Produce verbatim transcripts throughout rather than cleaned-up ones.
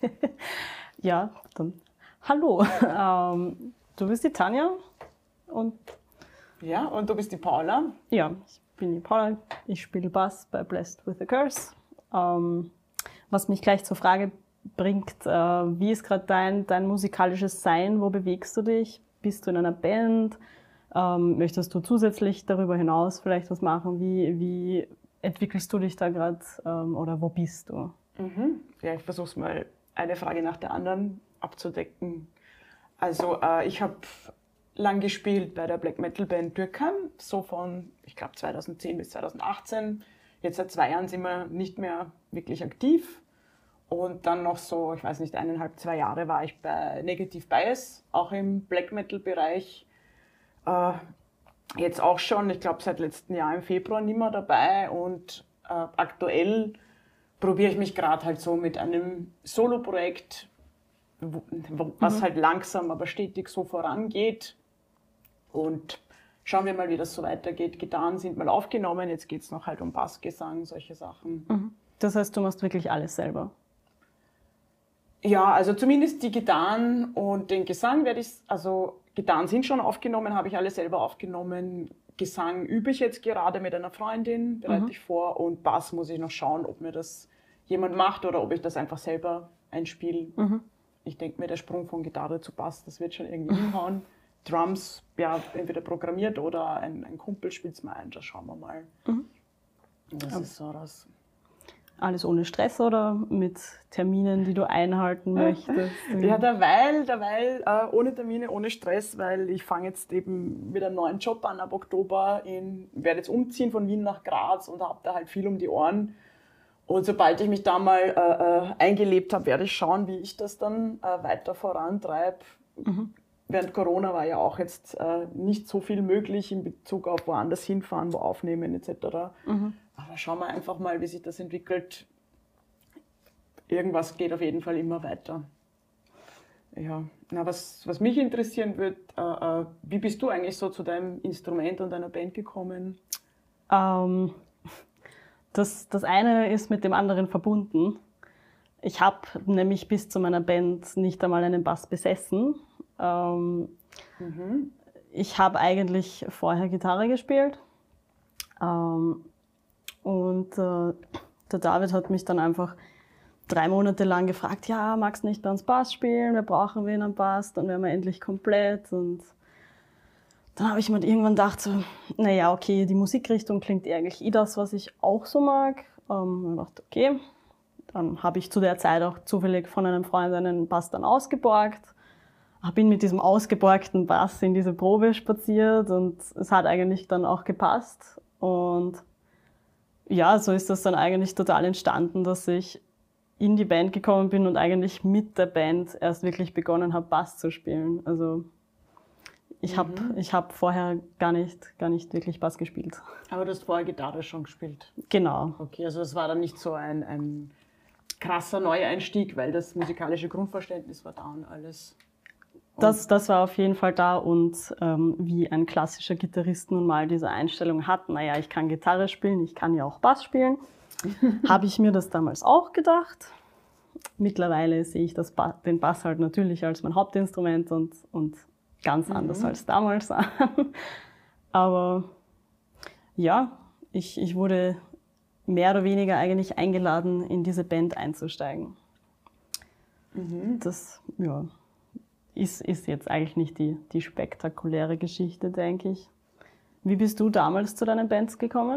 Ja, dann hallo. Ähm, du bist die Tanja und Ja, und du bist die Paula. ja, ich bin die Paula. Ich spiele Bass bei Blessed with a Curse. Ähm, was mich gleich zur Frage bringt, äh, wie ist gerade dein, dein musikalisches Sein? Wo bewegst du dich? Bist du in einer Band? Ähm, möchtest du zusätzlich darüber hinaus vielleicht was machen? Wie, wie entwickelst du dich da gerade ähm, oder wo bist du? Mhm. Ja, ich versuche es mal eine Frage nach der anderen abzudecken. Also äh, ich habe lang gespielt bei der Black Metal Band Dürkheim, so von, ich glaube, zweitausendzehn bis zweitausendachtzehn. Jetzt seit zwei Jahren sind wir nicht mehr wirklich aktiv. Und dann noch so, ich weiß nicht, eineinhalb, zwei Jahre war ich bei Negative Bias, auch im Black Metal Bereich. Äh, jetzt auch schon, ich glaube, seit letztem Jahr im Februar nicht mehr dabei. Und äh, aktuell probiere ich mich gerade halt so mit einem Solo-Projekt, was halt langsam, aber stetig so vorangeht. Und schauen wir mal, wie das so weitergeht. Gitarren sind mal aufgenommen, jetzt geht es noch halt um Bassgesang, solche Sachen. Mhm. Das heißt, du machst wirklich alles selber? Ja, also zumindest die Gitarren und den Gesang werde ich, also Gitarren sind schon aufgenommen, habe ich alle selber aufgenommen. Gesang übe ich jetzt gerade mit einer Freundin, bereite Mhm. ich vor. Und Bass muss ich noch schauen, ob mir das jemand macht oder ob ich das einfach selber einspiele. Mhm. Ich denke mir, der Sprung von Gitarre zu Bass, das wird schon irgendwie hinhauen. Drums, ja, entweder programmiert oder ein, ein Kumpel spielt es mal ein, das schauen wir mal. Mhm. Das Ja. ist so das. Alles ohne Stress oder mit Terminen, die du einhalten möchtest? Ja, derweil, derweil äh, ohne Termine, ohne Stress, weil ich fange jetzt eben wieder einen neuen Job an ab Oktober, in, werde jetzt umziehen von Wien nach Graz und habe da halt viel um die Ohren. Und sobald ich mich da mal äh, äh, eingelebt habe, werde ich schauen, wie ich das dann äh, weiter vorantreibe. Mhm. Während Corona war ja auch jetzt äh, nicht so viel möglich in Bezug auf woanders hinfahren, wo aufnehmen et cetera. Mhm. Aber schauen wir einfach mal, wie sich das entwickelt. Irgendwas geht auf jeden Fall immer weiter. Ja, na, was, was mich interessieren wird, äh, äh, wie bist du eigentlich so zu deinem Instrument und deiner Band gekommen? Ähm, das, das eine ist mit dem anderen verbunden. Ich habe nämlich bis zu meiner Band nicht einmal einen Bass besessen. Ähm, Mhm. ich habe eigentlich vorher Gitarre gespielt. Ähm, und äh, der David hat mich dann einfach drei Monate lang gefragt, ja, magst du nicht bei uns Bass spielen? Wir brauchen wen am Bass, dann wären wir endlich komplett. Und dann habe ich mir irgendwann gedacht, so, naja, okay, die Musikrichtung klingt eigentlich eh das, was ich auch so mag. Ähm, und dachte, okay, dann habe ich zu der Zeit auch zufällig von einem Freund einen Bass dann ausgeborgt. Bin mit diesem ausgeborgten Bass in diese Probe spaziert und es hat eigentlich dann auch gepasst. Und ja, so ist das dann eigentlich total entstanden, dass ich in die Band gekommen bin und eigentlich mit der Band erst wirklich begonnen habe, Bass zu spielen. Also ich Mhm. habe ich hab vorher gar nicht, gar nicht wirklich Bass gespielt. Aber du hast vorher Gitarre schon gespielt. Genau. Okay, also das war dann nicht so ein, ein krasser Neueinstieg, weil das musikalische Grundverständnis war da und alles. Das, das war auf jeden Fall da und ähm, wie ein klassischer Gitarrist nun mal diese Einstellung hat, naja, ich kann Gitarre spielen, ich kann ja auch Bass spielen, habe ich mir das damals auch gedacht. Mittlerweile sehe ich das ba- den Bass halt natürlich als mein Hauptinstrument und, und ganz Mhm. anders als damals an. Aber ja, ich, ich wurde mehr oder weniger eigentlich eingeladen, in diese Band einzusteigen. Mhm. Das, ja... Ist, ist jetzt eigentlich nicht die, die spektakuläre Geschichte, denke ich. Wie bist du damals zu deinen Bands gekommen?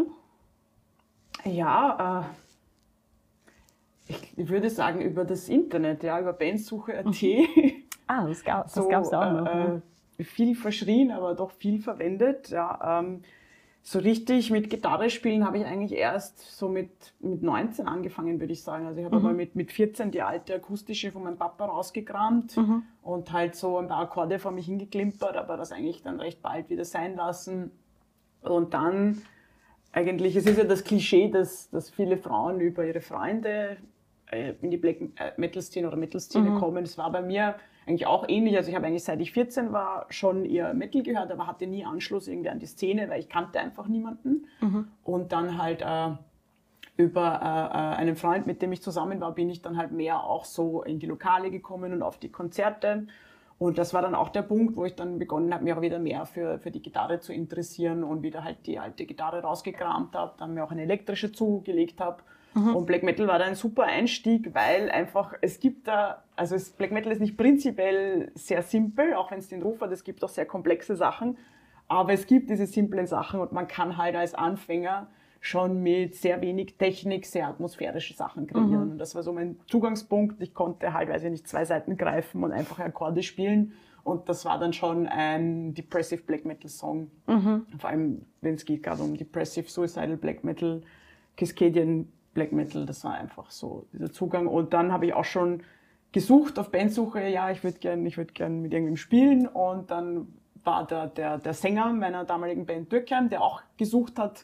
Ja, äh, ich würde sagen über das Internet, ja, über bandsuche punkt at. Ah, das gab es so, ja auch noch. Äh, Ne? viel verschrien, aber doch viel verwendet. Ja, ähm, so richtig mit Gitarre spielen habe ich eigentlich erst so mit, mit neunzehn angefangen, würde ich sagen. Also ich habe Mhm. aber mit, mit vierzehn die alte akustische von meinem Papa rausgekramt Mhm. und halt so ein paar Akkorde vor mich hingeklimpert, aber das eigentlich dann recht bald wieder sein lassen. Und dann eigentlich, es ist ja das Klischee, dass, dass viele Frauen über ihre Freunde äh, in die Black Metal Szene oder Metal Szene Mhm. kommen. Das war bei mir eigentlich auch ähnlich. Also ich habe eigentlich seit ich vierzehn war schon eher Metal gehört, aber hatte nie Anschluss irgendwie an die Szene, weil ich kannte einfach niemanden. Mhm. Und dann halt äh, über äh, einen Freund, mit dem ich zusammen war, bin ich dann halt mehr auch so in die Lokale gekommen und auf die Konzerte. Und das war dann auch der Punkt, wo ich dann begonnen habe, mich auch wieder mehr für, für die Gitarre zu interessieren und wieder halt die alte Gitarre rausgekramt habe, dann mir auch eine elektrische zugelegt habe. Mhm. Und Black Metal war da ein super Einstieg, weil einfach, es gibt da, also es, Black Metal ist nicht prinzipiell sehr simpel, auch wenn es den Ruf hat, es gibt auch sehr komplexe Sachen, aber es gibt diese simplen Sachen und man kann halt als Anfänger schon mit sehr wenig Technik sehr atmosphärische Sachen kreieren. Mhm. Und das war so mein Zugangspunkt. Ich konnte halt, weiß ich nicht, zwei Seiten greifen und einfach Akkorde spielen. Und das war dann schon ein Depressive Black Metal Song. Mhm. Vor allem, wenn es geht gerade um Depressive, Suicidal Black Metal, Cascadian Black Metal. Das war einfach so dieser Zugang. Und dann habe ich auch schon gesucht auf Bandsuche. Ja, ich würde gerne ich würd gern mit irgendwem spielen. Und dann war der, der, der Sänger meiner damaligen Band Dürkheim, der auch gesucht hat.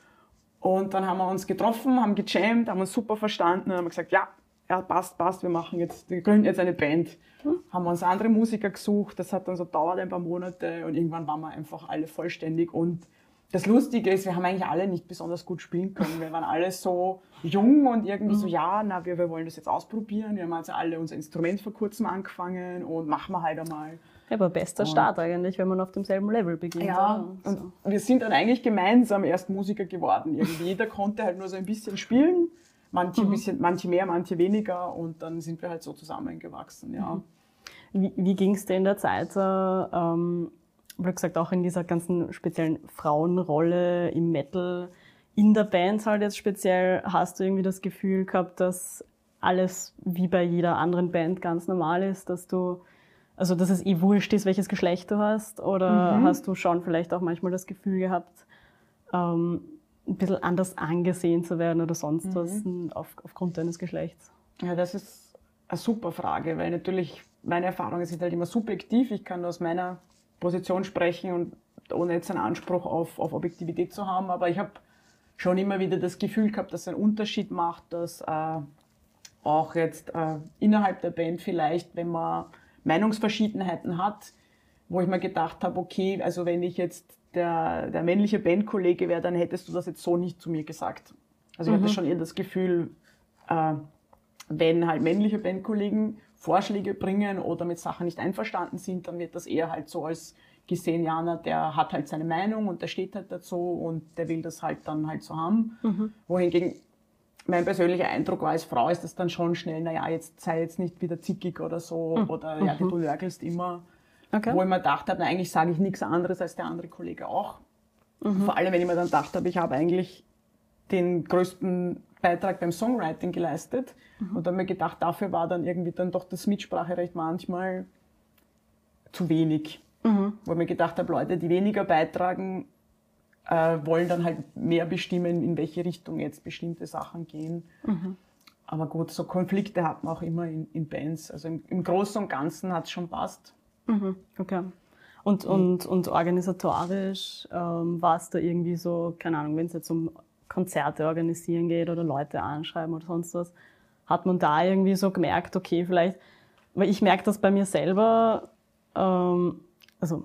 Und dann haben wir uns getroffen, haben gejammt, haben uns super verstanden und haben gesagt, ja, ja, passt, passt, wir machen jetzt, wir gründen jetzt eine Band. Hm. Haben wir uns andere Musiker gesucht, das hat dann so dauert ein paar Monate und irgendwann waren wir einfach alle vollständig. Und das Lustige ist, wir haben eigentlich alle nicht besonders gut spielen können. Wir waren alle so jung und irgendwie mhm. so, ja, na, wir, wir wollen das jetzt ausprobieren. Wir haben also alle unser Instrument vor kurzem angefangen und machen wir halt einmal. Ja, aber bester und Start eigentlich, wenn man auf demselben Level beginnt. Ja, so. Und wir sind dann eigentlich gemeinsam erst Musiker geworden. Irgendwie jeder konnte halt nur so ein bisschen spielen, manche, mhm. ein bisschen, manche mehr, manche weniger und dann sind wir halt so zusammengewachsen. Ja. Wie, wie ging es dir in der Zeit, ähm, wie gesagt, auch in dieser ganzen speziellen Frauenrolle im Metal, in der Band halt jetzt speziell, hast du irgendwie das Gefühl gehabt, dass alles wie bei jeder anderen Band ganz normal ist, dass du Also, dass es eh wurscht ist, welches Geschlecht du hast? Oder mhm. hast du schon vielleicht auch manchmal das Gefühl gehabt, ähm, ein bisschen anders angesehen zu werden oder sonst mhm. was auf, aufgrund deines Geschlechts? Ja, das ist eine super Frage, weil natürlich meine Erfahrungen sind halt immer subjektiv. Ich kann aus meiner Position sprechen und ohne jetzt einen Anspruch auf, auf Objektivität zu haben. Aber ich habe schon immer wieder das Gefühl gehabt, dass es einen Unterschied macht, dass äh, auch jetzt äh, innerhalb der Band vielleicht, wenn man Meinungsverschiedenheiten hat, wo ich mir gedacht habe, okay, also wenn ich jetzt der, der männliche Bandkollege wäre, dann hättest du das jetzt so nicht zu mir gesagt. Also ich mhm. hatte schon eher das Gefühl, äh, wenn halt männliche Bandkollegen Vorschläge bringen oder mit Sachen nicht einverstanden sind, dann wird das eher halt so als gesehen, Jana, der hat halt seine Meinung und der steht halt dazu und der will das halt dann halt so haben. Mhm. Wohingegen mein persönlicher Eindruck war als Frau, ist das dann schon schnell, naja, jetzt sei jetzt nicht wieder zickig oder so, mhm. oder ja, du nörgelst immer. Okay. Wo ich mir gedacht habe, na, eigentlich sage ich nichts anderes als der andere Kollege auch. Mhm. Vor allem, wenn ich mir dann gedacht habe, ich habe eigentlich den größten Beitrag beim Songwriting geleistet. Mhm. Und dann mir gedacht, dafür war dann irgendwie dann doch das Mitspracherecht manchmal zu wenig. Mhm. Wo ich mir gedacht habe, Leute, die weniger beitragen, Äh, wollen dann halt mehr bestimmen, in welche Richtung jetzt bestimmte Sachen gehen. Mhm. Aber gut, so Konflikte hat man auch immer in, in Bands. Also im, im Großen und Ganzen hat es schon passt. Mhm. Okay. Und, mhm. und, und organisatorisch ähm, war es da irgendwie so, keine Ahnung, wenn es jetzt um Konzerte organisieren geht oder Leute anschreiben oder sonst was, hat man da irgendwie so gemerkt, okay, vielleicht, weil ich merke das bei mir selber, ähm, also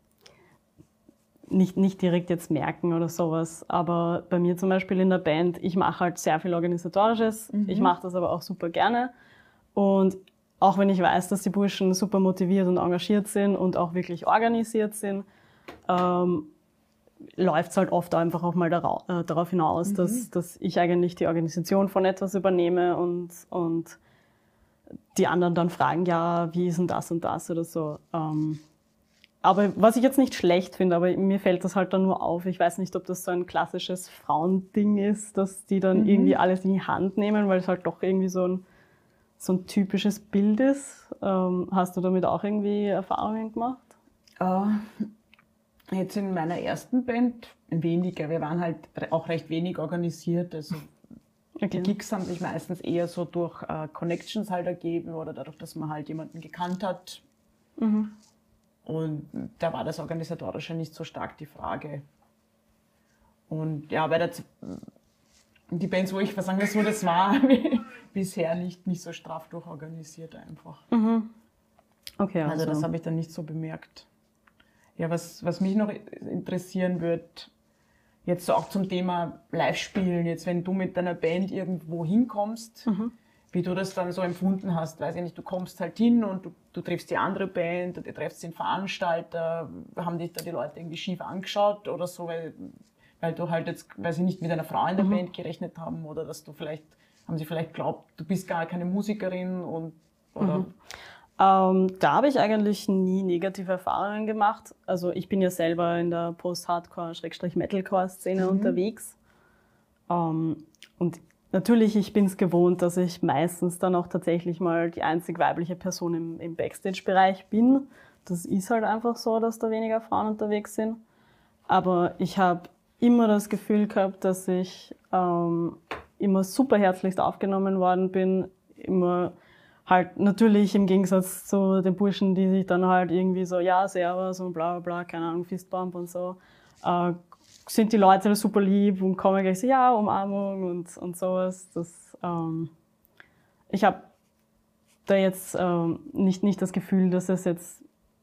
Nicht, nicht direkt jetzt merken oder sowas, aber bei mir zum Beispiel in der Band, ich mache halt sehr viel Organisatorisches, mhm. ich mache das aber auch super gerne und auch wenn ich weiß, dass die Burschen super motiviert und engagiert sind und auch wirklich organisiert sind, ähm, läuft es halt oft einfach auch mal dara- äh, darauf hinaus, mhm. dass, dass ich eigentlich die Organisation von etwas übernehme und, und die anderen dann fragen, ja, wie ist denn das und das oder so. Ähm, Aber was ich jetzt nicht schlecht finde, aber mir fällt das halt dann nur auf. Ich weiß nicht, ob das so ein klassisches Frauending ist, dass die dann mhm. irgendwie alles in die Hand nehmen, weil es halt doch irgendwie so ein, so ein typisches Bild ist. Ähm, hast du damit auch irgendwie Erfahrungen gemacht? Uh, jetzt in meiner ersten Band weniger. Wir waren halt auch recht wenig organisiert. Also okay. Die Gigs haben sich meistens eher so durch uh, Connections halt ergeben oder dadurch, dass man halt jemanden gekannt hat. Mhm. Und da war das Organisatorische nicht so stark die Frage. Und ja, bei der Z- die Bands, wo ich sagen wir so, das war bisher nicht, nicht so straff durchorganisiert einfach. Mhm. Okay, also, also das habe ich dann nicht so bemerkt. Ja, was, was mich noch interessieren wird, jetzt so auch zum Thema Live-Spielen, jetzt wenn du mit deiner Band irgendwo hinkommst, mhm. wie du das dann so empfunden hast, weiß ich nicht, du kommst halt hin und du, du triffst die andere Band, du triffst den Veranstalter, haben dich da die Leute irgendwie schief angeschaut oder so, weil, weil du halt jetzt, weiß ich nicht, mit einer Frau in der mhm. Band gerechnet haben oder dass du vielleicht, haben sie vielleicht glaubt, du bist gar keine Musikerin und, oder... Mhm. Ähm, da habe ich eigentlich nie negative Erfahrungen gemacht. Also ich bin ja selber in der Post-Hardcore-Metalcore-Szene mhm. unterwegs. Ähm, und natürlich, ich bin es gewohnt, dass ich meistens dann auch tatsächlich mal die einzig weibliche Person im, im Backstage-Bereich bin. Das ist halt einfach so, dass da weniger Frauen unterwegs sind. Aber ich habe immer das Gefühl gehabt, dass ich ähm, immer super herzlichst aufgenommen worden bin, immer halt natürlich im Gegensatz zu den Burschen, die sich dann halt irgendwie so, ja, servus und bla bla bla, keine Ahnung, Fistbump und so, äh, sind die Leute super lieb und kommen gleich so, ja, Umarmung und, und sowas. Das, ähm, ich habe da jetzt ähm, nicht, nicht das Gefühl, dass es jetzt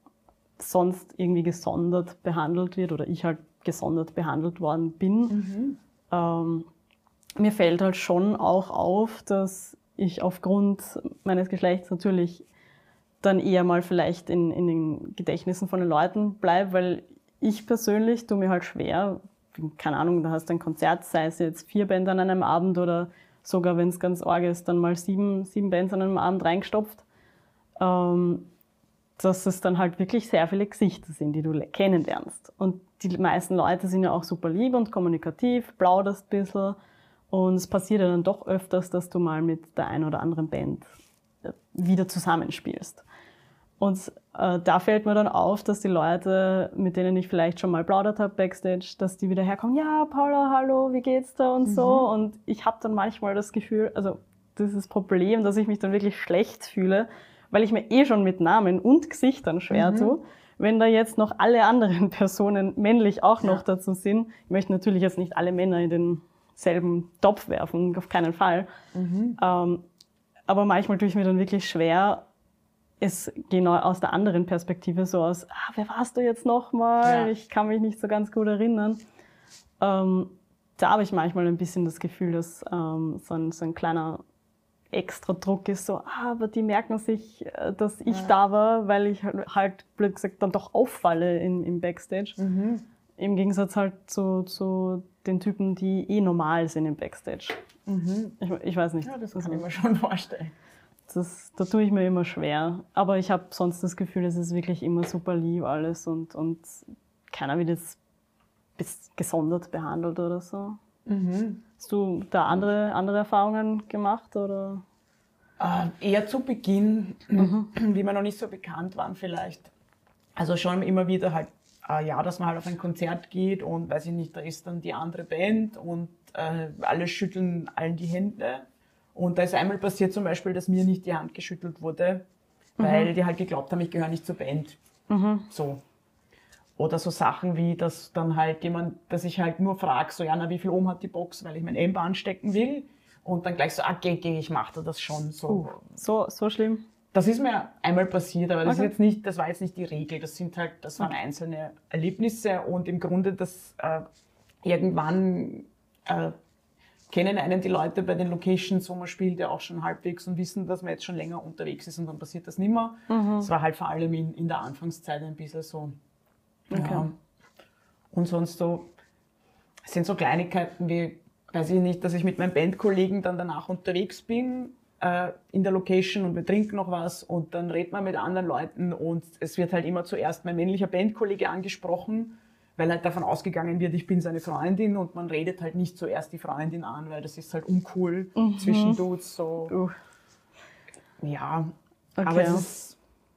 sonst irgendwie gesondert behandelt wird oder ich halt gesondert behandelt worden bin. Mhm. Ähm, mir fällt halt schon auch auf, dass ich aufgrund meines Geschlechts natürlich dann eher mal vielleicht in, in den Gedächtnissen von den Leuten bleibe, weil ich persönlich tue mir halt schwer, keine Ahnung, da hast du ein Konzert, sei es jetzt vier Bands an einem Abend oder sogar, wenn es ganz arg ist, dann mal sieben, sieben Bands an einem Abend reingestopft, ähm, dass es dann halt wirklich sehr viele Gesichter sind, die du kennenlernst. Und die meisten Leute sind ja auch super lieb und kommunikativ, plauderst ein bisschen. Und es passiert ja dann doch öfters, dass du mal mit der einen oder anderen Band wieder zusammenspielst. Und äh, da fällt mir dann auf, dass die Leute, mit denen ich vielleicht schon mal plaudert habe backstage, dass die wieder herkommen, ja, Paula, hallo, wie geht's da und mhm. so. Und ich habe dann manchmal das Gefühl, also dieses Problem, dass ich mich dann wirklich schlecht fühle, weil ich mir eh schon mit Namen und Gesichtern schwer mhm. tue. Wenn da jetzt noch alle anderen Personen männlich auch noch ja. dazu sind, ich möchte natürlich jetzt nicht alle Männer in den selben Topf werfen, auf keinen Fall. Mhm. Ähm, aber manchmal tue ich mir dann wirklich schwer, es genau aus der anderen Perspektive so aus, ah, wer warst du jetzt nochmal? Ja. Ich kann mich nicht so ganz gut erinnern. Ähm, da habe ich manchmal ein bisschen das Gefühl, dass ähm, so, ein, so ein kleiner extra Druck ist, so, ah, aber die merken sich, dass ich ja. da war, weil ich halt, blöd gesagt, dann doch auffalle in, im Backstage. Mhm. Im Gegensatz halt zu, zu den Typen, die eh normal sind im Backstage. Mhm. Ich, ich weiß nicht. Ja, das kann also, ich mir schon vorstellen. Das, da tue ich mir immer schwer. Aber ich habe sonst das Gefühl, es ist wirklich immer super lieb alles und, und keiner wird jetzt gesondert behandelt oder so. Mhm. Hast du da andere, andere Erfahrungen gemacht? Oder? Äh, eher zu Beginn, mhm. wie wir noch nicht so bekannt waren vielleicht. Also schon immer wieder halt, äh, ja, dass man halt auf ein Konzert geht und weiß ich nicht, da ist dann die andere Band und äh, alle schütteln allen die Hände. Und da ist einmal passiert zum Beispiel, dass mir nicht die Hand geschüttelt wurde, weil mhm. die halt geglaubt haben, ich gehöre nicht zur Band. Mhm. So. Oder so Sachen wie, dass dann halt jemand, dass ich halt nur frage, so, ja, na, wie viel Ohm hat die Box, weil ich mein Amp anstecken will. Und dann gleich so, ah, geh, geh, ich mache das schon. So. Uh, so, so schlimm? Das ist mir einmal passiert, aber das, okay. ist jetzt nicht, das war jetzt nicht die Regel. Das sind halt, das waren okay. einzelne Erlebnisse und im Grunde, das äh, irgendwann äh, kennen einen die Leute bei den Locations, wo man spielt, ja auch schon halbwegs und wissen, dass man jetzt schon länger unterwegs ist und dann passiert das nicht mehr. Mhm. Das war halt vor allem in, in der Anfangszeit ein bisschen so. Okay. Ja. Und sonst so, es sind so Kleinigkeiten wie, weiß ich nicht, dass ich mit meinen Bandkollegen dann danach unterwegs bin, äh, in der Location und wir trinken noch was und dann redet man mit anderen Leuten und es wird halt immer zuerst mein männlicher Bandkollege angesprochen, weil halt davon ausgegangen wird, ich bin seine Freundin und man redet halt nicht zuerst die Freundin an, weil das ist halt uncool mhm. zwischen Dudes, so. Uh. Ja, okay. Aber es ist,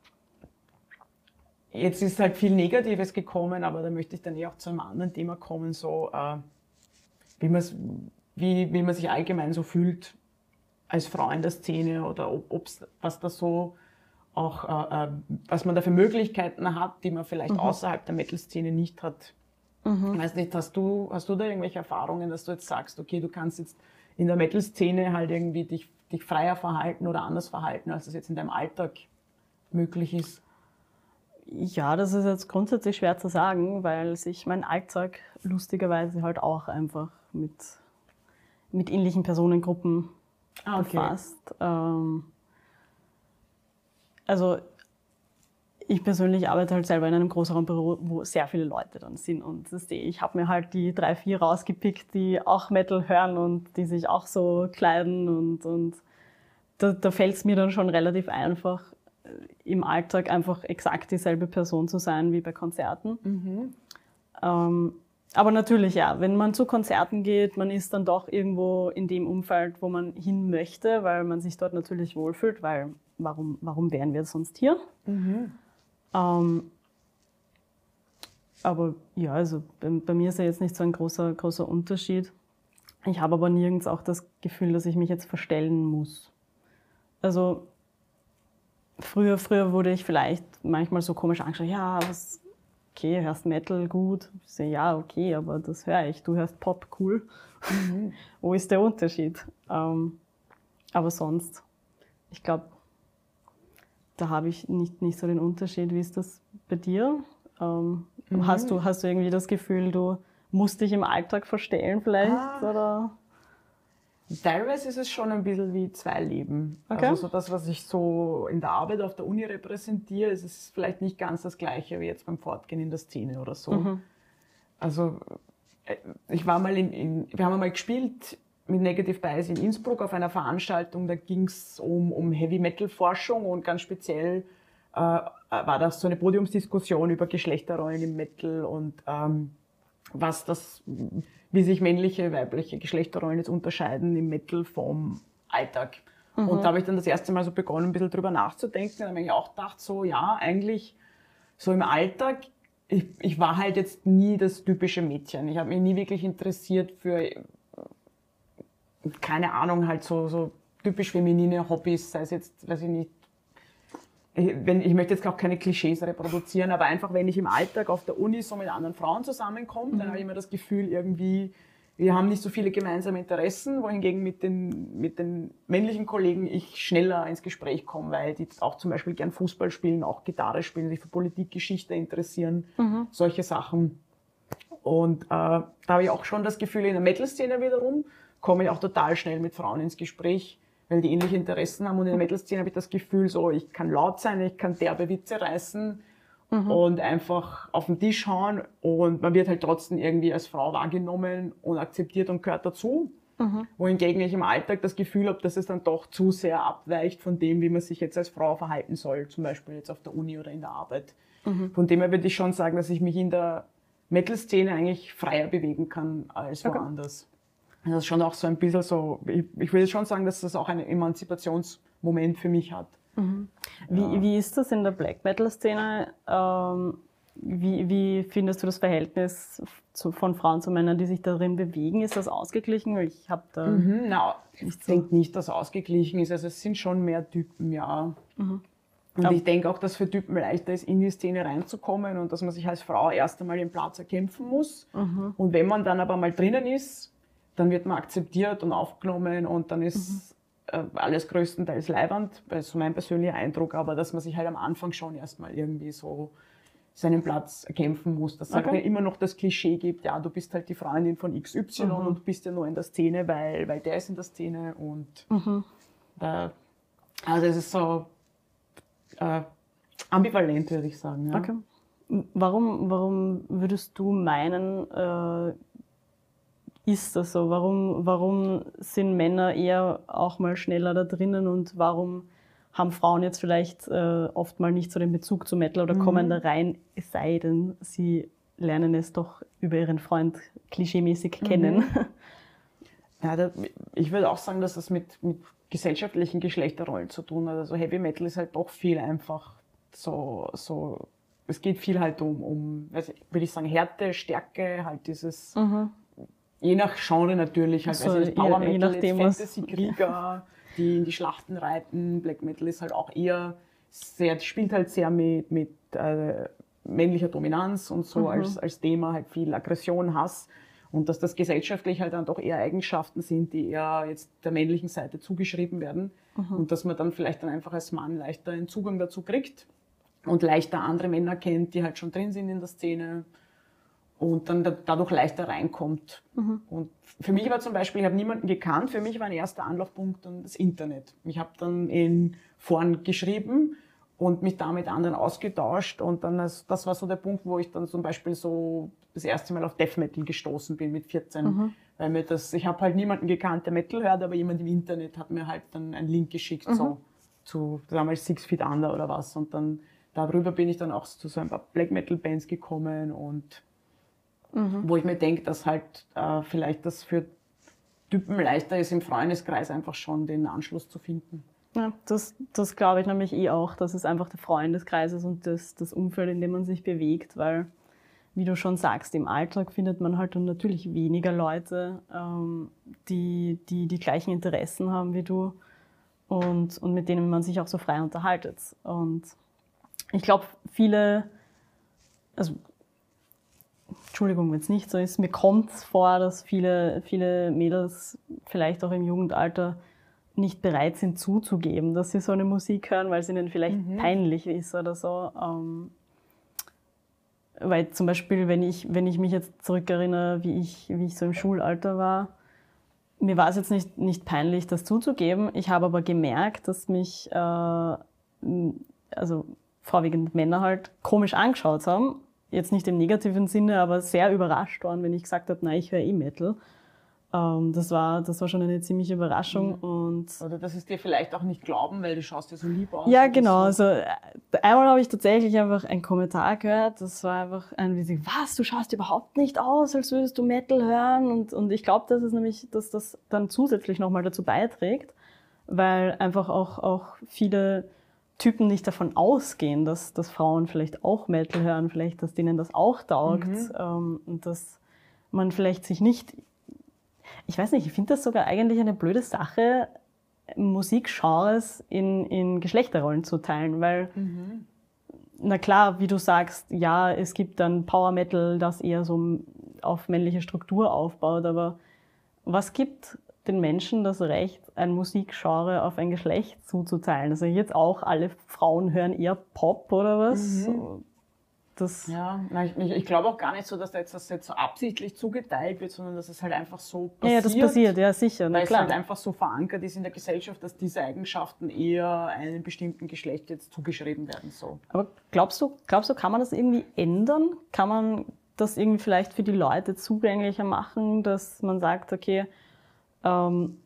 jetzt ist halt viel Negatives gekommen, aber da möchte ich dann eh auch zu einem anderen Thema kommen, so äh, wie, wie, wie man sich allgemein so fühlt als Frau in der Szene oder ob, ob's, was da so auch, äh, was man da für Möglichkeiten hat, die man vielleicht mhm. außerhalb der Metal-Szene nicht hat. Mhm. Ich weiß nicht, hast du, hast du da irgendwelche Erfahrungen, dass du jetzt sagst, okay, du kannst jetzt in der Metal-Szene halt irgendwie dich, dich freier verhalten oder anders verhalten, als das jetzt in deinem Alltag möglich ist? Ja, das ist jetzt grundsätzlich schwer zu sagen, weil sich mein Alltag lustigerweise halt auch einfach mit, mit ähnlichen Personengruppen Ah, okay. befasst. Ähm, also ich persönlich arbeite halt selber in einem Großraumbüro, wo sehr viele Leute dann sind. Und das, ich habe mir halt die drei, vier rausgepickt, die auch Metal hören und die sich auch so kleiden. Und, und da, da fällt es mir dann schon relativ einfach, im Alltag einfach exakt dieselbe Person zu sein wie bei Konzerten. Mhm. Ähm, aber natürlich, ja, wenn man zu Konzerten geht, man ist dann doch irgendwo in dem Umfeld, wo man hin möchte, weil man sich dort natürlich wohlfühlt, weil warum, warum wären wir sonst hier? Mhm. Ähm, aber ja, also bei, bei mir ist ja jetzt nicht so ein großer, großer Unterschied. Ich habe aber nirgends auch das Gefühl, dass ich mich jetzt verstellen muss. Also früher, früher wurde ich vielleicht manchmal so komisch angeschaut, ja, was, okay, hörst Metal, gut. Ich so, ja, okay, aber das höre ich. Du hörst Pop, cool. Mhm. Wo ist der Unterschied? Ähm, aber sonst, ich glaube, da habe ich nicht, nicht so den Unterschied. Wie ist das bei dir? Ähm, Mhm. hast, du, hast du irgendwie das Gefühl, du musst dich im Alltag verstellen vielleicht? Ah. Oder? Teilweise ist es schon ein bisschen wie zwei Leben. Okay. Also so das, was ich so in der Arbeit auf der Uni repräsentiere, ist es vielleicht nicht ganz das Gleiche wie jetzt beim Fortgehen in der Szene oder so. Mhm. Also äh, ich war mal in, in, wir haben einmal gespielt mit Negative Bias in Innsbruck auf einer Veranstaltung, da ging es um, um Heavy-Metal-Forschung und ganz speziell äh, war das so eine Podiumsdiskussion über Geschlechterrollen im Metal und ähm, was das, wie sich männliche, weibliche Geschlechterrollen jetzt unterscheiden im Metal vom Alltag. Mhm. Und da habe ich dann das erste Mal so begonnen, ein bisschen drüber nachzudenken. Da habe ich auch gedacht, so ja, eigentlich so im Alltag, ich, ich war halt jetzt nie das typische Mädchen. Ich habe mich nie wirklich interessiert für, keine Ahnung, halt so, so typisch feminine Hobbys, sei es jetzt, weiß ich nicht, ich, wenn, ich möchte jetzt auch keine Klischees reproduzieren, aber einfach, wenn ich im Alltag auf der Uni so mit anderen Frauen zusammenkomme, mhm. dann habe ich immer das Gefühl, irgendwie, wir haben nicht so viele gemeinsame Interessen, wohingegen mit den, mit den männlichen Kollegen ich schneller ins Gespräch komme, weil die auch zum Beispiel gern Fußball spielen, auch Gitarre spielen, sich für Politik, Geschichte interessieren, mhm. solche Sachen. Und äh, da habe ich auch schon das Gefühl, in der Metal-Szene wiederum komme ich auch total schnell mit Frauen ins Gespräch, weil die ähnliche Interessen haben. Und in der Metal-Szene habe ich das Gefühl, so, ich kann laut sein, ich kann derbe Witze reißen mhm. und einfach auf den Tisch hauen. Und man wird halt trotzdem irgendwie als Frau wahrgenommen und akzeptiert und gehört dazu. Mhm. Wohingegen ich im Alltag das Gefühl habe, dass es dann doch zu sehr abweicht von dem, wie man sich jetzt als Frau verhalten soll, zum Beispiel jetzt auf der Uni oder in der Arbeit. Mhm. Von dem her würde ich schon sagen, dass ich mich in der Metal-Szene eigentlich freier bewegen kann als okay. woanders. Das ist schon auch so ein bisschen so, ich, ich würde schon sagen, dass das auch einen Emanzipationsmoment für mich hat. Mhm. Wie, ja. wie ist das in der Black Metal-Szene? Ähm, wie, wie findest du das Verhältnis zu, von Frauen zu Männern, die sich darin bewegen? Ist das ausgeglichen? Ich habe da mhm, na, ich so denke nicht, dass es ausgeglichen ist. Also es sind schon mehr Typen, ja. Mhm. Und ja. ich denke auch, dass für Typen leichter ist, in die Szene reinzukommen und dass man sich als Frau erst einmal den Platz erkämpfen muss. Mhm. Und wenn man dann aber mal drinnen ist, dann wird man akzeptiert und aufgenommen und dann ist mhm. äh, alles größtenteils leibernd, das ist so mein persönlicher Eindruck, aber dass man sich halt am Anfang schon erstmal irgendwie so seinen Platz erkämpfen muss, dass es okay. halt immer noch das Klischee gibt, ja, du bist halt die Freundin von X Y mhm. und du bist ja nur in der Szene, weil, weil der ist in der Szene und mhm. da, also es ist so äh, ambivalent, würde ich sagen. Ja. Okay. Warum, warum würdest du meinen, äh, ist das so? Warum, warum sind Männer eher auch mal schneller da drinnen und warum haben Frauen jetzt vielleicht äh, oft mal nicht so den Bezug zu Metal oder mhm. kommen da rein, es sei denn, sie lernen es doch über ihren Freund klischeemäßig mhm. kennen? Ja, da, ich würde auch sagen, dass das mit, mit gesellschaftlichen Geschlechterrollen zu tun hat. Also Heavy Metal ist halt doch viel einfach so, so es geht viel halt um, um weiß ich, würde ich sagen, Härte, Stärke, halt dieses mhm. je nach Genre natürlich, halt, so, also Power Metal, je nachdem, Fantasy-Krieger, die in die Schlachten reiten. Black Metal ist halt auch eher sehr, spielt halt sehr mit, mit äh, männlicher Dominanz und so mhm. als, als Thema, halt viel Aggression, Hass. Und dass das gesellschaftlich halt dann doch eher Eigenschaften sind, die eher jetzt der männlichen Seite zugeschrieben werden. Mhm. Und dass man dann vielleicht dann einfach als Mann leichter einen Zugang dazu kriegt. und leichter andere Männer kennt, die halt schon drin sind in der Szene und dann da, dadurch leichter reinkommt. Mhm. Und für mich war zum Beispiel, ich habe niemanden gekannt, für mich war ein erster Anlaufpunkt dann das Internet. Ich habe dann in Foren geschrieben und mich da mit anderen ausgetauscht und dann, das, das war so der Punkt, wo ich dann zum Beispiel so das erste Mal auf Death Metal gestoßen bin mit vierzehn. Mhm. Weil mir das, ich habe halt niemanden gekannt, der Metal hört, aber jemand im Internet hat mir halt dann einen Link geschickt, mhm. so zu damals Six Feet Under oder was. Und dann darüber bin ich dann auch zu so ein paar Black Metal Bands gekommen und mhm. wo ich mir denke, dass halt äh, vielleicht das für Typen leichter ist, im Freundeskreis einfach schon den Anschluss zu finden. Ja, das, das glaube ich nämlich eh auch, dass es einfach der Freundeskreis ist und das, das Umfeld, in dem man sich bewegt, weil, wie du schon sagst, im Alltag findet man halt dann natürlich weniger Leute, ähm, die, die die gleichen Interessen haben wie du und, und mit denen man sich auch so frei unterhaltet. Und ich glaube, viele, also Entschuldigung, wenn es nicht so ist, mir kommt es vor, dass viele, viele Mädels vielleicht auch im Jugendalter nicht bereit sind zuzugeben, dass sie so eine Musik hören, weil es ihnen vielleicht mhm. peinlich ist oder so. Ähm, weil zum Beispiel, wenn ich, wenn ich mich jetzt zurückerinnere, wie ich, wie ich so im Schulalter war, mir war es jetzt nicht, nicht peinlich, das zuzugeben. Ich habe aber gemerkt, dass mich, äh, also vorwiegend Männer halt, komisch angeschaut haben. Jetzt nicht im negativen Sinne, aber sehr überrascht waren, wenn ich gesagt habe, nein, ich höre eh Metal. Ähm, das war, das war schon eine ziemliche Überraschung. Mhm. Und oder dass es dir vielleicht auch nicht glauben, weil du schaust dir so lieb aus. Ja, genau. So. Also, einmal habe ich tatsächlich einfach einen Kommentar gehört. Das war einfach ein, wie sie, was, du schaust überhaupt nicht aus, als würdest du Metal hören. Und, und ich glaube, dass es nämlich, dass das dann zusätzlich nochmal dazu beiträgt, weil einfach auch, auch viele Typen nicht davon ausgehen, dass, dass Frauen vielleicht auch Metal hören, vielleicht, dass denen das auch taugt. Mhm. Ähm, und dass man vielleicht sich nicht... Ich weiß nicht, ich finde das sogar eigentlich eine blöde Sache, Musikgenres in, in Geschlechterrollen zu teilen, weil, mhm. na klar, wie du sagst, ja, es gibt dann Power Metal, das eher so auf männliche Struktur aufbaut, aber was gibt den Menschen das Recht, ein Musikgenre auf ein Geschlecht zuzuteilen? Also jetzt auch alle Frauen hören eher Pop oder was? Mhm. Das ja, ich, ich glaube auch gar nicht so, dass das jetzt, jetzt so absichtlich zugeteilt wird, sondern dass es halt einfach so passiert. Ja, das passiert, ja sicher. Weil es halt einfach so verankert ist in der Gesellschaft, dass diese Eigenschaften eher einem bestimmten Geschlecht jetzt zugeschrieben werden. So. Aber glaubst du, glaubst du, kann man das irgendwie ändern? Kann man das irgendwie vielleicht für die Leute zugänglicher machen, dass man sagt, okay, ähm,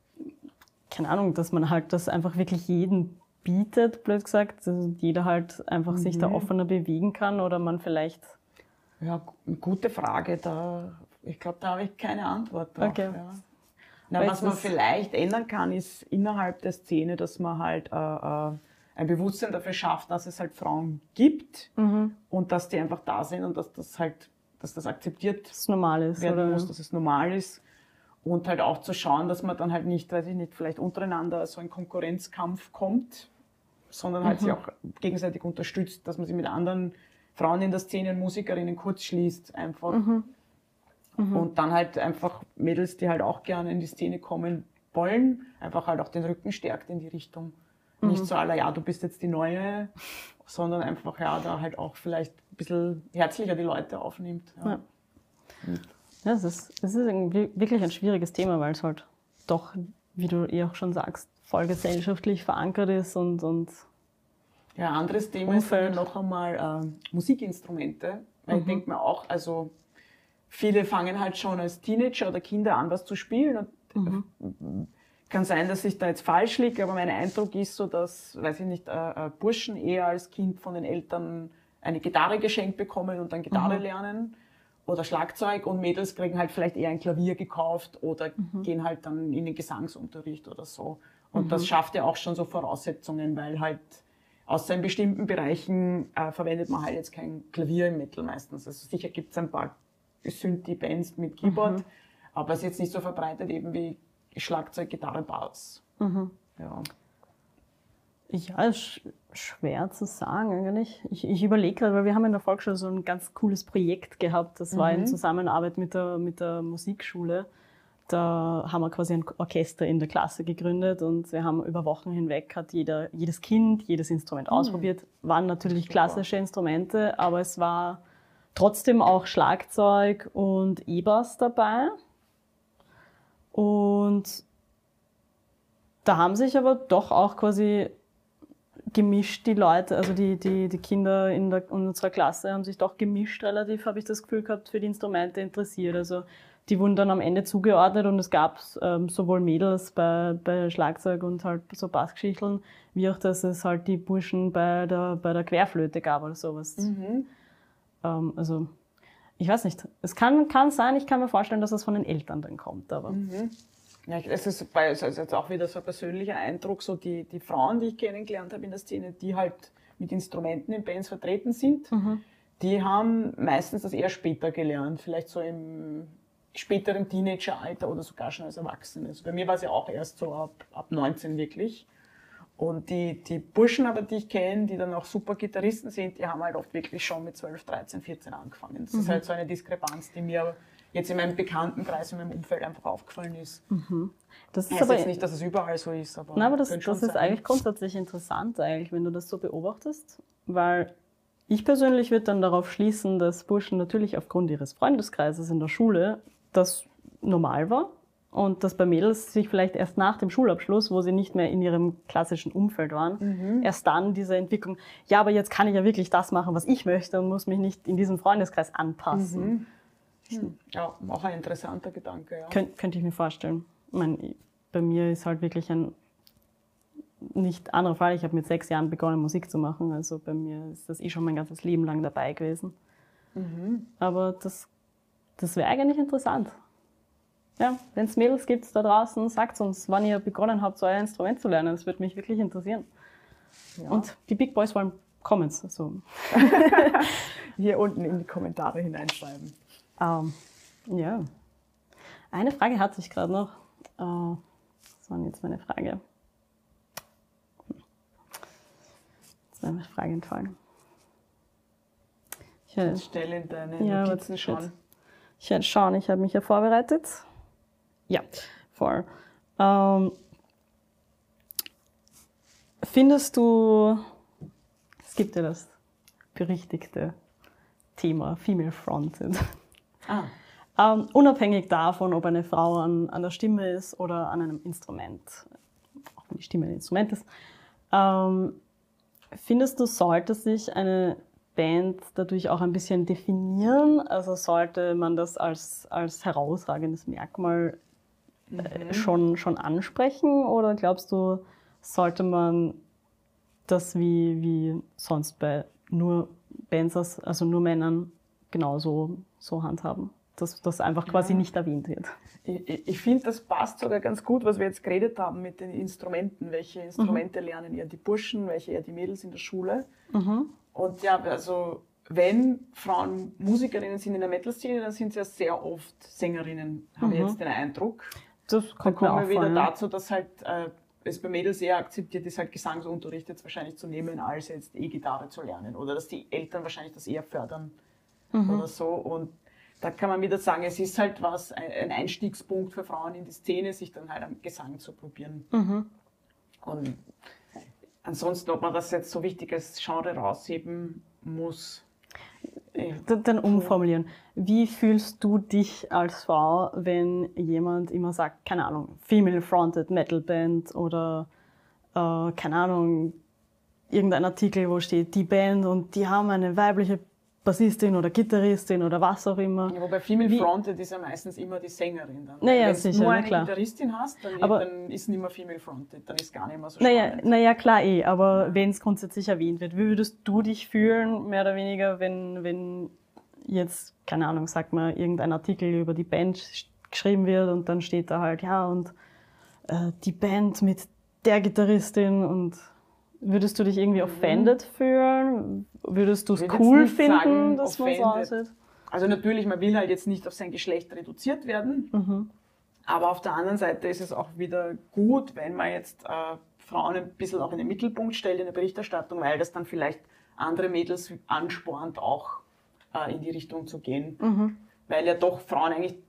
keine Ahnung, dass man halt das einfach wirklich jeden bietet, blöd gesagt, dass jeder halt einfach mhm. sich da offener bewegen kann oder man vielleicht... Ja, gute Frage, da, ich glaube, da habe ich keine Antwort drauf. Okay. Ja. Na, was man vielleicht ändern kann, ist innerhalb der Szene, dass man halt äh, äh, ein Bewusstsein dafür schafft, dass es halt Frauen gibt mhm. und dass die einfach da sind und dass das halt, dass das akzeptiert das normal ist, werden oder? muss, dass es normal ist. Und halt auch zu schauen, dass man dann halt nicht, weiß ich nicht, vielleicht untereinander so ein Konkurrenzkampf kommt, sondern halt mhm. sich auch gegenseitig unterstützt, dass man sich mit anderen Frauen in der Szene und Musikerinnen kurz schließt einfach. Mhm. Mhm. Und dann halt einfach Mädels, die halt auch gerne in die Szene kommen wollen, einfach halt auch den Rücken stärkt in die Richtung. Mhm. Nicht so aller, ja, du bist jetzt die Neue, sondern einfach, ja, da halt auch vielleicht ein bisschen herzlicher die Leute aufnimmt. Ja. Ja. Ja, es ist, es ist wirklich ein schwieriges Thema, weil es halt doch, wie du eh auch schon sagst, voll gesellschaftlich verankert ist und, und ja, ein anderes Thema Umfeld. Ist noch einmal äh, Musikinstrumente. Weil mhm. ich denke mir auch, also viele fangen halt schon als Teenager oder Kinder an, was zu spielen. Und mhm. kann sein, dass ich da jetzt falsch liege, aber mein Eindruck ist so, dass, weiß ich nicht, äh, Burschen eher als Kind von den Eltern eine Gitarre geschenkt bekommen und dann Gitarre mhm. lernen. Oder Schlagzeug und Mädels kriegen halt vielleicht eher ein Klavier gekauft oder mhm. gehen halt dann in den Gesangsunterricht oder so. Und mhm. das schafft ja auch schon so Voraussetzungen, weil halt außer in bestimmten Bereichen äh, verwendet man halt jetzt kein Klavier im Metal meistens. Also sicher gibt es ein paar Synthi-Bands mit Keyboard, mhm. aber es ist jetzt nicht so verbreitet eben wie Schlagzeug, Gitarre, Bass. Mhm. Ja. Ja, ist schwer zu sagen eigentlich. Ich, ich überlege gerade, weil wir haben in der Volksschule so ein ganz cooles Projekt gehabt. Das war mhm. in Zusammenarbeit mit der, mit der Musikschule. da haben wir quasi ein Orchester in der Klasse gegründet und wir haben über Wochen hinweg hat jeder, jedes Kind jedes Instrument mhm. ausprobiert. Waren natürlich klassische Instrumente, aber es war trotzdem auch Schlagzeug und E-Bass dabei. Und da haben sich aber doch auch quasi gemischt die Leute, also die, die, die Kinder in, der, in unserer Klasse haben sich doch gemischt relativ, habe ich das Gefühl gehabt, für die Instrumente interessiert. Also die wurden dann am Ende zugeordnet und es gab ähm, sowohl Mädels bei, bei Schlagzeug und halt so Bassgeschichteln, wie auch, dass es halt die Burschen bei der, bei der Querflöte gab oder sowas. Mhm. Ähm, also ich weiß nicht, es kann, kann sein, ich kann mir vorstellen, dass es von den Eltern dann kommt, aber... Mhm. Ja, es ist also jetzt auch wieder so ein persönlicher Eindruck, so die, die Frauen, die ich kennengelernt habe in der Szene, die halt mit Instrumenten in Bands vertreten sind, mhm. die haben meistens das eher später gelernt, vielleicht so im späteren Teenageralter oder sogar schon als Erwachsene. Also bei mir war es ja auch erst so ab, ab neunzehn wirklich. Und die, die Burschen aber, die ich kenne, die dann auch super Gitarristen sind, die haben halt oft wirklich schon mit zwölf, dreizehn, vierzehn angefangen. Das mhm. ist halt so eine Diskrepanz, die mir jetzt in meinem Bekanntenkreis, in meinem Umfeld einfach aufgefallen ist. Mhm. Das ist heißt aber jetzt nicht, dass es überall so ist, aber, nein, aber das, das ist eigentlich grundsätzlich interessant, eigentlich, wenn du das so beobachtest, weil ich persönlich würde dann darauf schließen, dass Burschen natürlich aufgrund ihres Freundeskreises in der Schule das normal war und dass bei Mädels sich vielleicht erst nach dem Schulabschluss, wo sie nicht mehr in ihrem klassischen Umfeld waren, mhm. erst dann diese Entwicklung, ja, aber jetzt kann ich ja wirklich das machen, was ich möchte und muss mich nicht in diesem Freundeskreis anpassen. Mhm. Hm. Ja, auch ein interessanter Gedanke. Ja. Könnt, könnte ich mir vorstellen. Ich meine, bei mir ist halt wirklich ein nicht anderer Fall. Ich habe mit sechs Jahren begonnen, Musik zu machen. Also bei mir ist das eh schon mein ganzes Leben lang dabei gewesen. Mhm. Aber das, das wäre eigentlich interessant. Ja, wenn es Mädels gibt da draußen, sagt uns, wann ihr begonnen habt, so ein Instrument zu lernen. Das würde mich wirklich interessieren. Ja. Und die Big Boys wollen Comments. Also. Hier unten in die Kommentare hineinschreiben. Um, ja. Eine Frage hatte ich gerade noch. Uh, was war denn jetzt meine Frage? Jetzt war meine Frage entfallen. Ich werde schnell in deine ja, Notizen schauen. Ich werde schauen, ich habe mich ja vorbereitet. Ja, voll. Um, findest du, es gibt ja das berüchtigte Thema Female Fronted. Ah. Ähm, unabhängig davon, ob eine Frau an, an der Stimme ist oder an einem Instrument, auch wenn die Stimme ein Instrument ist, ähm, findest du, sollte sich eine Band dadurch auch ein bisschen definieren? Also sollte man das als, als herausragendes Merkmal äh, mhm. schon, schon ansprechen? Oder glaubst du, sollte man das wie, wie sonst bei nur Bands, also nur Männern, genauso so handhaben, dass das einfach quasi ja. nicht erwähnt wird? Ich, ich finde, das passt sogar ganz gut, was wir jetzt geredet haben mit den Instrumenten. Welche Instrumente mhm. lernen eher die Burschen, welche eher die Mädels in der Schule? Mhm. Und ja, also wenn Frauen Musikerinnen sind in der Metal-Szene, dann sind sie ja sehr oft Sängerinnen, habe ich mhm. jetzt den Eindruck. Das kommt dann kommen wir wieder vor, ja. dazu, dass halt äh, es bei Mädels eher akzeptiert ist, halt Gesangsunterricht jetzt wahrscheinlich zu nehmen, als jetzt E-Gitarre zu lernen. Oder dass die Eltern wahrscheinlich das eher fördern mhm. oder so. Und da kann man wieder sagen, es ist halt was, ein Einstiegspunkt für Frauen in die Szene, sich dann halt am Gesang zu probieren. Mhm. Und ansonsten, ob man das jetzt so wichtig als Genre rausheben muss. Dann umformulieren. Wie fühlst du dich als Frau, wenn jemand immer sagt, keine Ahnung, Female-Fronted Metal Band oder, äh, keine Ahnung, irgendein Artikel, wo steht, die Band und die haben eine weibliche Bassistin oder Gitarristin oder was auch immer. Ja, wobei Female-Fronted ist ja meistens immer die Sängerin. Dann. Naja, wenn sicher, du nur na eine klar. Gitarristin hast, dann, aber, dann ist nicht mehr Female-Fronted, dann ist gar nicht mehr so naja, spannend. Naja, klar eh, aber ja. wenn es grundsätzlich erwähnt wird, wie würdest du dich fühlen, mehr oder weniger, wenn, wenn jetzt, keine Ahnung, sag mal, irgendein Artikel über die Band geschrieben wird und dann steht da halt, ja, und äh, die Band mit der Gitarristin und würdest du dich irgendwie mhm. offended fühlen? Würdest du es cool finden, sagen, dass man so aussieht? Also natürlich, man will halt jetzt nicht auf sein Geschlecht reduziert werden, mhm. aber auf der anderen Seite ist es auch wieder gut, wenn man jetzt äh, Frauen ein bisschen auch in den Mittelpunkt stellt in der Berichterstattung, weil das dann vielleicht andere Mädels anspornt, auch äh, in die Richtung zu gehen. Mhm. Weil ja doch Frauen eigentlich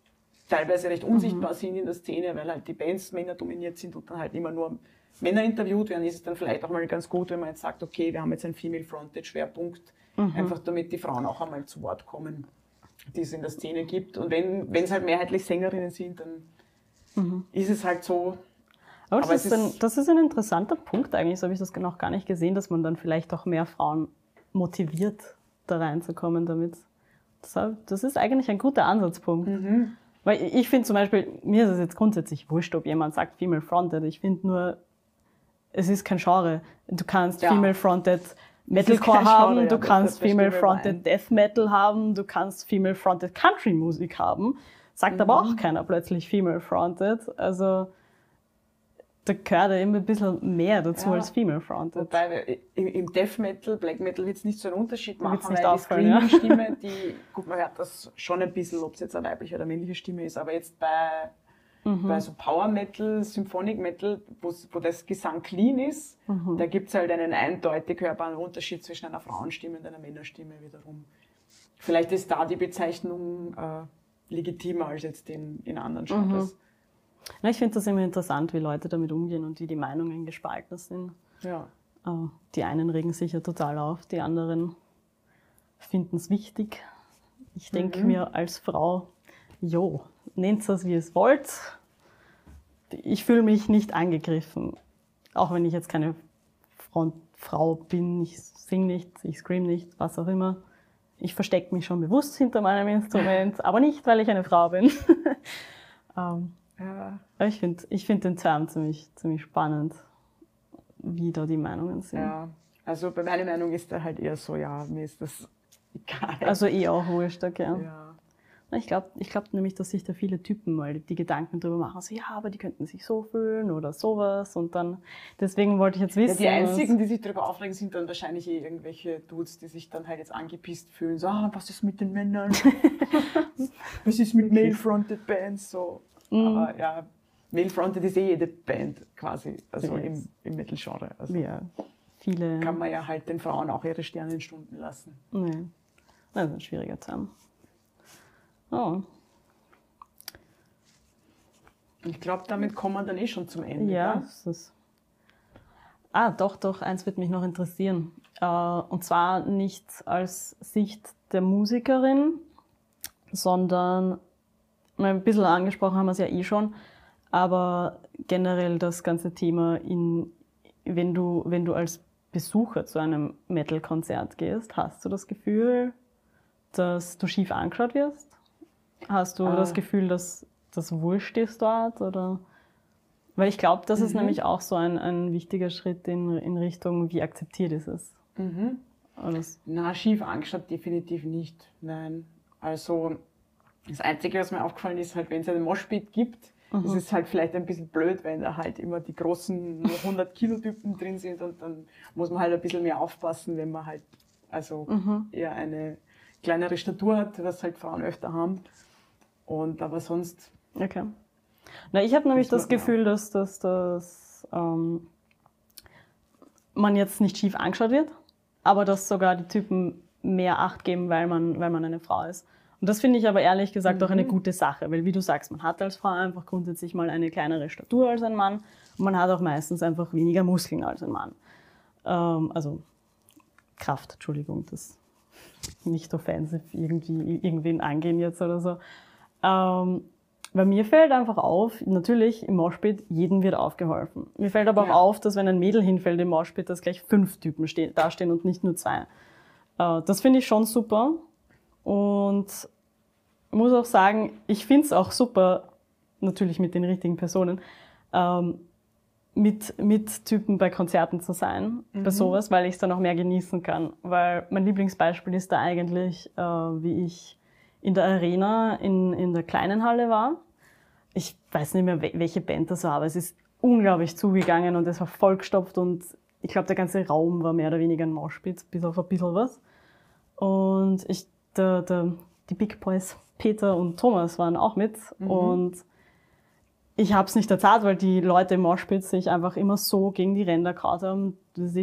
teilweise recht unsichtbar mhm. sind in der Szene, weil halt die Bands Männer dominiert sind und dann halt immer nur Männer interviewt werden, ist es dann vielleicht auch mal ganz gut, wenn man jetzt sagt, okay, wir haben jetzt einen Female-Fronted-Schwerpunkt, mhm. einfach damit die Frauen auch einmal zu Wort kommen, die es in der Szene gibt. Und wenn wenn es halt mehrheitlich Sängerinnen sind, dann mhm. ist es halt so. Aber, das, Aber ist ein, das ist ein interessanter Punkt eigentlich, so habe ich das noch gar nicht gesehen, dass man dann vielleicht auch mehr Frauen motiviert, da reinzukommen damit. Deshalb, das ist eigentlich ein guter Ansatzpunkt. Mhm. Weil ich finde zum Beispiel, mir ist es jetzt grundsätzlich wurscht, ob jemand sagt Female Fronted. Ich finde nur, es ist kein Genre. Du kannst ja. Female Fronted Metalcore haben, Genre, du ja, kannst Female Fronted Death Metal haben, du kannst Female Fronted Country Musik haben. Sagt mhm. aber auch keiner plötzlich Female Fronted. Also da gehört ja immer ein bisschen mehr dazu ja. als Female Fronted. Wobei im, im Death Metal, Black Metal wird es nicht so einen Unterschied machen, weil die Screaming-Stimme, ja. die, gut, man hört das schon ein bisschen, ob es jetzt eine weibliche oder männliche Stimme ist, aber jetzt bei, mhm. bei so Power Metal, Symphonic Metal, wo das Gesang clean ist, mhm. da gibt es halt einen eindeutig hörbaren Unterschied zwischen einer Frauenstimme und einer Männerstimme wiederum. Vielleicht ist da die Bezeichnung äh, legitimer als jetzt in, in anderen Genres. Mhm. Na, ich finde das immer interessant, wie Leute damit umgehen und wie die Meinungen gespalten sind. Ja. Die einen regen sich ja total auf, die anderen finden es wichtig. Ich denke mhm. mir als Frau, jo, nennt es, wie ihr es wollt. Ich fühle mich nicht angegriffen. Auch wenn ich jetzt keine Front Frau bin, ich singe nicht, ich scream nicht, was auch immer. Ich verstecke mich schon bewusst hinter meinem Instrument, aber nicht, weil ich eine Frau bin. ähm, Ja. Ich finde ich find den Term ziemlich, ziemlich spannend, wie da die Meinungen sind. Ja, also bei meiner Meinung ist da halt eher so, ja, mir ist das egal. Also eh auch wurscht, okay. Ja. Ich glaube ich glaub nämlich, dass sich da viele Typen mal die Gedanken drüber machen, so ja, aber die könnten sich so fühlen oder sowas und dann, deswegen wollte ich jetzt wissen. Ja, die einzigen, die sich darüber aufregen, sind dann wahrscheinlich eh irgendwelche Dudes, die sich dann halt jetzt angepisst fühlen, so, ah, was ist mit den Männern? Was ist mit Male-Fronted Bands, so. Mhm. Aber ja, Male-Fronted ist eh jede Band quasi, also yes. im, im Metal-Genre. Also ja, viele. Kann man ja halt den Frauen auch ihre Sternenstunden lassen. Nee. Das ist ein schwieriger Term. Oh. Ich glaube, damit kommen wir dann eh schon zum Ende. Ja, das ist. Ah, doch, doch, eins wird mich noch interessieren. Und zwar nicht als Sicht der Musikerin, sondern ein bisschen angesprochen haben wir es ja eh schon, aber generell das ganze Thema, in, wenn du, wenn du als Besucher zu einem Metal-Konzert gehst, hast du das Gefühl, dass du schief angeschaut wirst? Hast du ah. das Gefühl, dass das wurscht ist dort? Oder? Weil ich glaube, das mhm. ist nämlich auch so ein, ein wichtiger Schritt in, in Richtung, wie akzeptiert ist es? Mhm. Na, schief angeschaut definitiv nicht, nein. Also das Einzige, was mir aufgefallen ist, halt, wenn es einen Moshpit gibt, mhm. ist es halt vielleicht ein bisschen blöd, wenn da halt immer die großen hundert Kilo Typen drin sind und dann muss man halt ein bisschen mehr aufpassen, wenn man halt also mhm. eher eine kleinere Statur hat, was halt Frauen öfter haben. Und aber sonst... Okay. Na, ich habe nämlich das Gefühl, dass, dass, dass ähm, man jetzt nicht schief angeschaut wird, aber dass sogar die Typen mehr Acht geben, weil man, weil man eine Frau ist. Und das finde ich aber ehrlich gesagt mhm. auch eine gute Sache, weil wie du sagst, man hat als Frau einfach grundsätzlich mal eine kleinere Statur als ein Mann und man hat auch meistens einfach weniger Muskeln als ein Mann. Ähm, also Kraft, Entschuldigung, das nicht offensiv irgendwie irgendwen angehen jetzt oder so. Ähm, weil mir fällt einfach auf, natürlich im Moshpit, jedem wird aufgeholfen. Mir fällt aber auch ja. auf, dass wenn ein Mädel hinfällt im Moshpit, dass gleich fünf Typen stehen, da stehen und nicht nur zwei. Äh, das finde ich schon super. Und ich muss auch sagen, ich finde es auch super, natürlich mit den richtigen Personen, ähm, mit, mit Typen bei Konzerten zu sein, mhm. bei sowas, weil ich es dann auch mehr genießen kann. Weil mein Lieblingsbeispiel ist da eigentlich, äh, wie ich in der Arena in, in der kleinen Halle war. Ich weiß nicht mehr, welche Band das war, aber es ist unglaublich zugegangen und es war vollgestopft und ich glaube, der ganze Raum war mehr oder weniger ein Moshpit, bis auf ein bisschen was. Und ich, der, der, die Big Boys, Peter und Thomas, waren auch mit mhm. und ich habe es nicht erzahlt, weil die Leute im Moshpit sich einfach immer so gegen die Ränder gehauen haben. Die,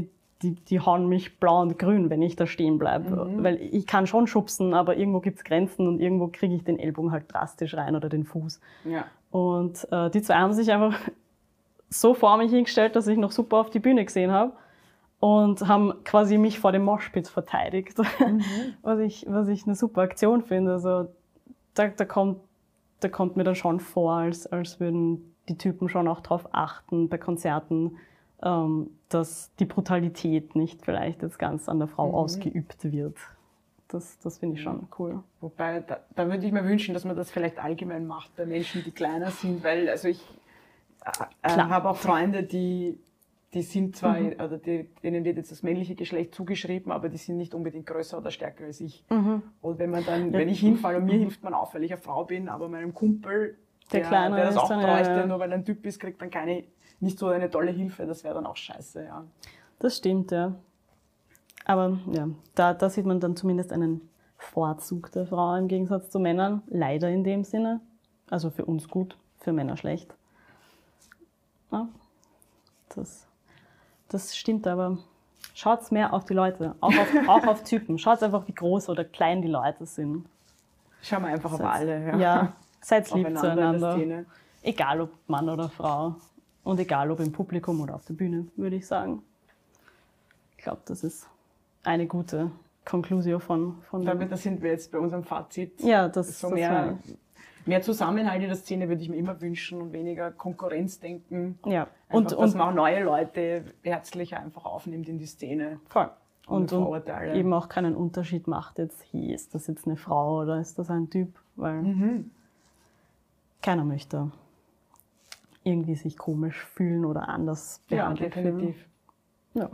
die, die hauen mich blau und grün, wenn ich da stehen bleibe. Mhm. Weil ich kann schon schubsen, aber irgendwo gibt es Grenzen und irgendwo kriege ich den Ellbogen halt drastisch rein oder den Fuß. Ja. Und äh, die zwei haben sich einfach so vor mich hingestellt, dass ich noch super auf die Bühne gesehen habe und haben quasi mich vor dem Moshpit verteidigt, mhm. was, ich, was ich eine super Aktion finde. Also da, da, kommt, da kommt mir dann schon vor, als, als würden die Typen schon auch darauf achten bei Konzerten, ähm, dass die Brutalität nicht vielleicht jetzt ganz an der Frau mhm. ausgeübt wird. Das, das finde ich schon cool. Wobei, da, da würde ich mir wünschen, dass man das vielleicht allgemein macht bei Menschen, die kleiner sind, weil also ich äh, habe auch Freunde, die, die sind zwar, mhm. also die, denen wird jetzt das männliche Geschlecht zugeschrieben, aber die sind nicht unbedingt größer oder stärker als ich. Mhm. Und wenn man dann, ja. wenn ich hinfalle und mir hilft man auf, weil ich eine Frau bin, aber meinem Kumpel, der, der, der das auch bräuchte, ja. nur weil er ein Typ ist, kriegt dann keine, nicht so eine tolle Hilfe, das wäre dann auch scheiße, ja. Das stimmt, ja. Aber ja, da, da sieht man dann zumindest einen Vorzug der Frau im Gegensatz zu Männern, leider in dem Sinne. Also für uns gut, für Männer schlecht. Ja, das, das stimmt, aber schaut mehr auf die Leute, auch auf, auch auf Typen. Schaut einfach, wie groß oder klein die Leute sind. Schauen wir einfach seid, auf alle. Ja, ja seid lieb zueinander. Egal ob Mann oder Frau und egal ob im Publikum oder auf der Bühne, würde ich sagen. Ich glaube, das ist eine gute Conclusio von, von ich glaube, da sind wir jetzt bei unserem Fazit. Ja, das, so das mehr, mehr Zusammenhalt in der Szene würde ich mir immer wünschen und weniger Konkurrenzdenken. Ja. Und, und dass man auch neue Leute herzlicher einfach aufnimmt in die Szene. Voll. Und, und eben auch keinen Unterschied macht jetzt, hey, ist das jetzt eine Frau oder ist das ein Typ? Weil mhm. keiner möchte irgendwie sich komisch fühlen oder anders behandelt fühlen. Ja, definitiv. Ja.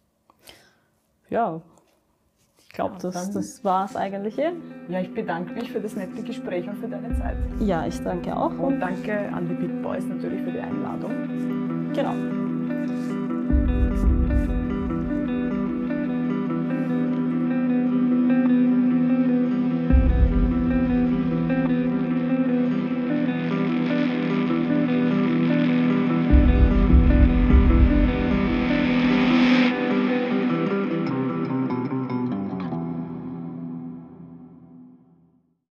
Ja, ich glaube, ja, das, das war es eigentlich. Ja, ich bedanke mich für das nette Gespräch und für deine Zeit. Ja, ich danke auch. Und danke an die Big Boys natürlich für die Einladung. Genau.